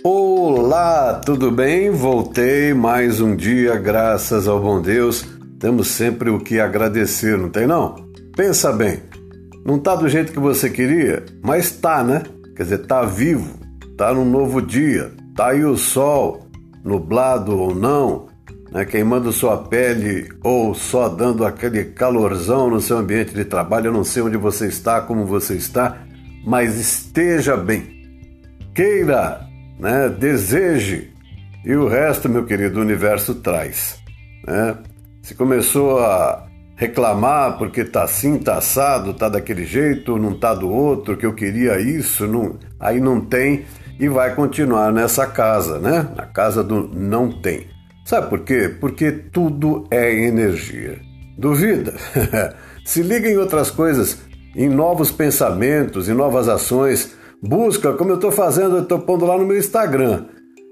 Olá, tudo bem? Voltei mais um dia, graças ao bom Deus. Temos sempre o que agradecer, não tem não? Pensa bem, não tá do jeito que você queria, mas tá, né? Quer dizer, tá vivo, tá num novo dia, tá aí o sol, nublado ou não, né? Queimando sua pele ou só dando aquele calorzão no seu ambiente de trabalho. Eu não sei onde você está, como você está, mas esteja bem. Queira, né? Deseje, e o resto, meu querido, o universo traz, né? Se começou a reclamar porque tá assim, tá assado, tá daquele jeito, não tá do outro, que eu queria isso, não, aí não tem, e vai continuar nessa casa, né? Na casa do não tem. Sabe por quê? Porque tudo é energia. Duvida? Se liga em outras coisas, em novos pensamentos, em novas ações. Busca, como eu estou fazendo, eu estou pondo lá no meu Instagram,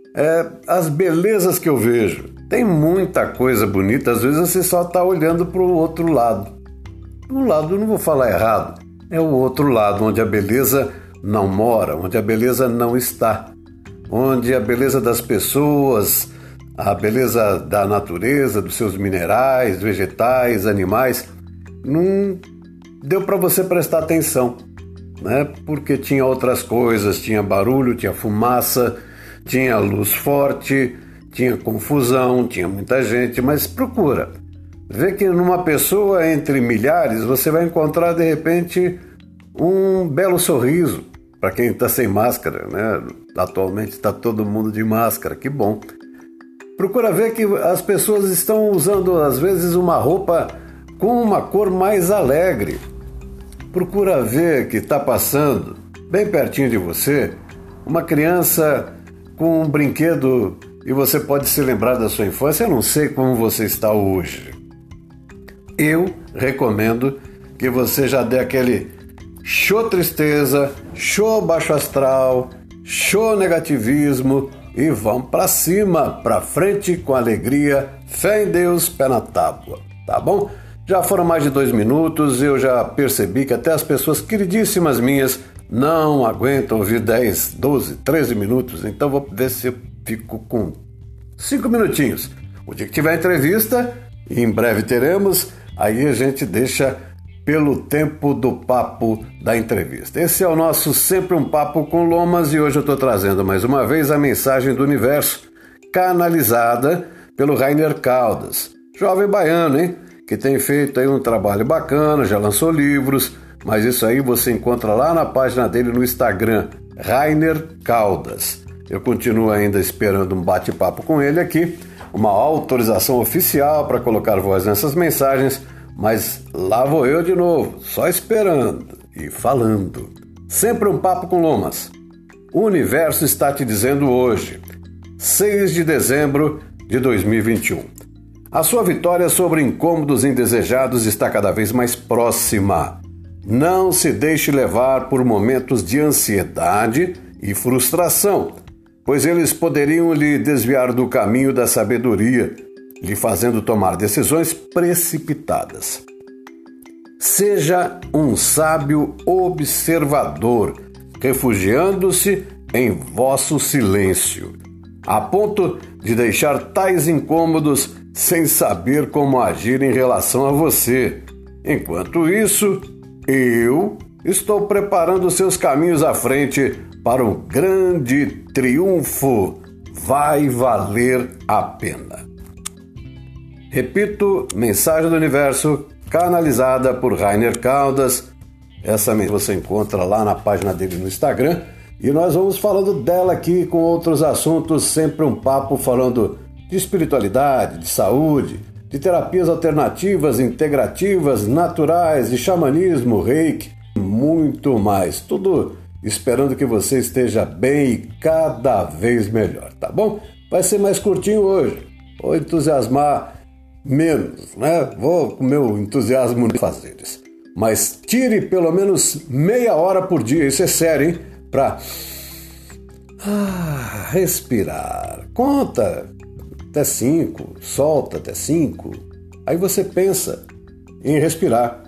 as belezas que eu vejo. Tem muita coisa bonita, às vezes você só está olhando para o outro lado. O lado, não vou falar errado, é o outro lado, onde a beleza não mora, onde a beleza não está, onde a beleza das pessoas, a beleza da natureza, dos seus minerais, vegetais, animais, não deu para você prestar atenção, né? Porque tinha outras coisas, tinha barulho, tinha fumaça, tinha luz forte, tinha confusão, tinha muita gente, mas procura. Vê que numa pessoa entre milhares você vai encontrar de repente um belo sorriso, para quem está sem máscara, né? Atualmente está todo mundo de máscara, que bom. Procura ver que as pessoas estão usando às vezes uma roupa com uma cor mais alegre. Procura ver que está passando, bem pertinho de você, uma criança com um brinquedo e você pode se lembrar da sua infância. Eu não sei como você está hoje. Eu recomendo que você já dê aquele show tristeza, show baixo astral, show negativismo e vamos para cima, para frente com alegria, fé em Deus, pé na tábua, tá bom? Já foram mais de 2 minutos, eu já percebi que até as pessoas queridíssimas minhas não aguentam ouvir 10, 12, 13 minutos, então vou ver se eu fico com 5 minutinhos. O dia que tiver entrevista, e em breve teremos, aí a gente deixa pelo tempo do papo da entrevista. Esse é o nosso Sempre um Papo com Lomas e hoje eu estou trazendo mais uma vez a mensagem do universo, canalizada pelo Rainer Caldas, jovem baiano, hein? Que tem feito aí um trabalho bacana, já lançou livros, mas isso aí você encontra lá na página dele no Instagram, Rainer Caldas. Eu continuo ainda esperando um bate-papo com ele aqui, uma autorização oficial para colocar voz nessas mensagens, mas lá vou eu de novo, só esperando e falando. Sempre um papo com Lomas. O universo está te dizendo hoje, 6 de dezembro de 2021. A sua vitória sobre incômodos indesejados está cada vez mais próxima. Não se deixe levar por momentos de ansiedade e frustração, pois eles poderiam lhe desviar do caminho da sabedoria, lhe fazendo tomar decisões precipitadas. Seja um sábio observador, refugiando-se em vosso silêncio, a ponto de deixar tais incômodos sem saber como agir em relação a você. Enquanto isso, eu estou preparando seus caminhos à frente para um grande triunfo. Vai valer a pena. Repito, mensagem do universo canalizada por Rainer Caldas. Essa você encontra lá na página dele no Instagram. E nós vamos falando dela aqui com outros assuntos, sempre um papo falando de espiritualidade, de saúde, de terapias alternativas, integrativas, naturais, de xamanismo, reiki, muito mais. Tudo esperando que você esteja bem e cada vez melhor, tá bom? Vai ser mais curtinho hoje. Vou entusiasmar menos, né? Vou com o meu entusiasmo de fazeres. Mas tire pelo menos meia hora por dia, isso é sério, hein? Pra respirar. Conta até 5, solta até 5. Aí você pensa em respirar.